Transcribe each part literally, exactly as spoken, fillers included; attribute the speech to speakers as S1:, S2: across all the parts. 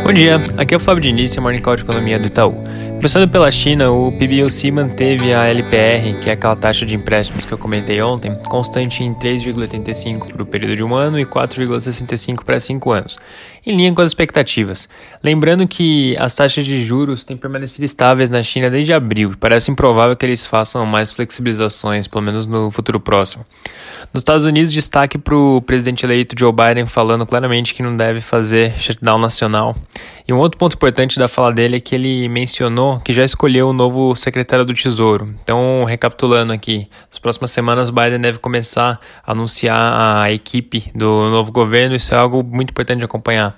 S1: Bom dia, aqui é o Fábio Diniz, Morning Call de Economia do Itaú. Começando pela China, o P B O C manteve a L P R, que é aquela taxa de empréstimos que eu comentei ontem, constante em três vírgula oitenta e cinco para o período de um ano e quatro vírgula sessenta e cinco para cinco anos, em linha com as expectativas. Lembrando que as taxas de juros têm permanecido estáveis na China desde abril e parece improvável que eles façam mais flexibilizações, pelo menos no futuro próximo. Nos Estados Unidos, destaque para o presidente eleito Joe Biden falando claramente que não deve fazer shutdown nacional. E um outro ponto importante da fala dele é que ele mencionou que já escolheu o novo secretário do Tesouro. Então, recapitulando aqui, nas próximas semanas Biden deve começar a anunciar a equipe do novo governo. Isso é algo muito importante de acompanhar.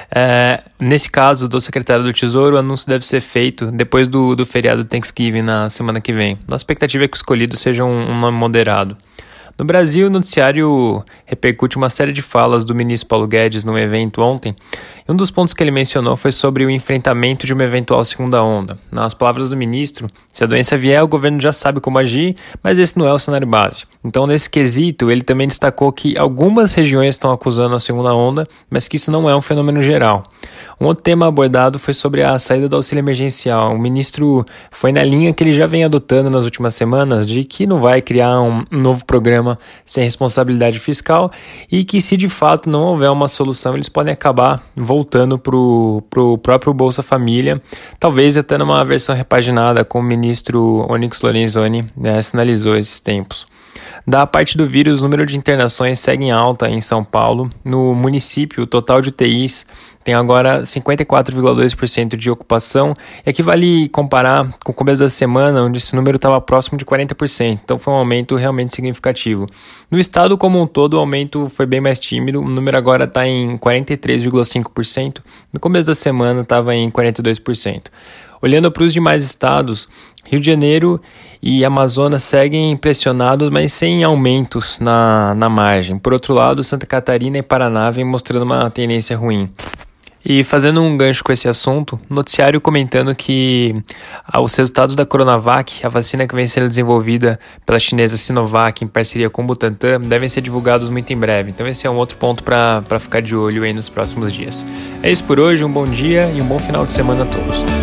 S1: É, nesse caso do secretário do Tesouro, o anúncio deve ser feito depois do, do feriado Thanksgiving na semana que vem. Nossa expectativa é que o escolhido seja um, um nome moderado. No Brasil, o noticiário repercute uma série de falas do ministro Paulo Guedes num evento ontem, e um dos pontos que ele mencionou foi sobre o enfrentamento de uma eventual segunda onda. Nas palavras do ministro, se a doença vier, o governo já sabe como agir, mas esse não é o cenário base. Então, nesse quesito, ele também destacou que algumas regiões estão acusando a segunda onda, mas que isso não é um fenômeno geral. Um outro tema abordado foi sobre a saída do auxílio emergencial. O ministro foi na linha que ele já vem adotando nas últimas semanas, de que não vai criar um novo programa sem responsabilidade fiscal e que, se de fato não houver uma solução, eles podem acabar voltando para o próprio Bolsa Família, talvez até numa versão repaginada, como o ministro Onyx Lorenzoni, né, sinalizou esses tempos. Da parte do vírus, o número de internações segue em alta em São Paulo. No município, o total de U T Is tem agora cinquenta e quatro vírgula dois por cento de ocupação, e aqui vale comparar com o começo da semana, onde esse número estava próximo de quarenta por cento, então foi um aumento realmente significativo. No estado como um todo, o aumento foi bem mais tímido, o número agora está em quarenta e três vírgula cinco por cento, no começo da semana estava em quarenta e dois por cento. Olhando para os demais estados, Rio de Janeiro e Amazonas seguem pressionados, mas sem aumentos na, na margem. Por outro lado, Santa Catarina e Paraná vêm mostrando uma tendência ruim. E fazendo um gancho com esse assunto, noticiário comentando que ah, os resultados da Coronavac, a vacina que vem sendo desenvolvida pela chinesa Sinovac em parceria com o Butantan, devem ser divulgados muito em breve. Então esse é um outro ponto para ficar de olho aí nos próximos dias. É isso por hoje, um bom dia e um bom final de semana a todos.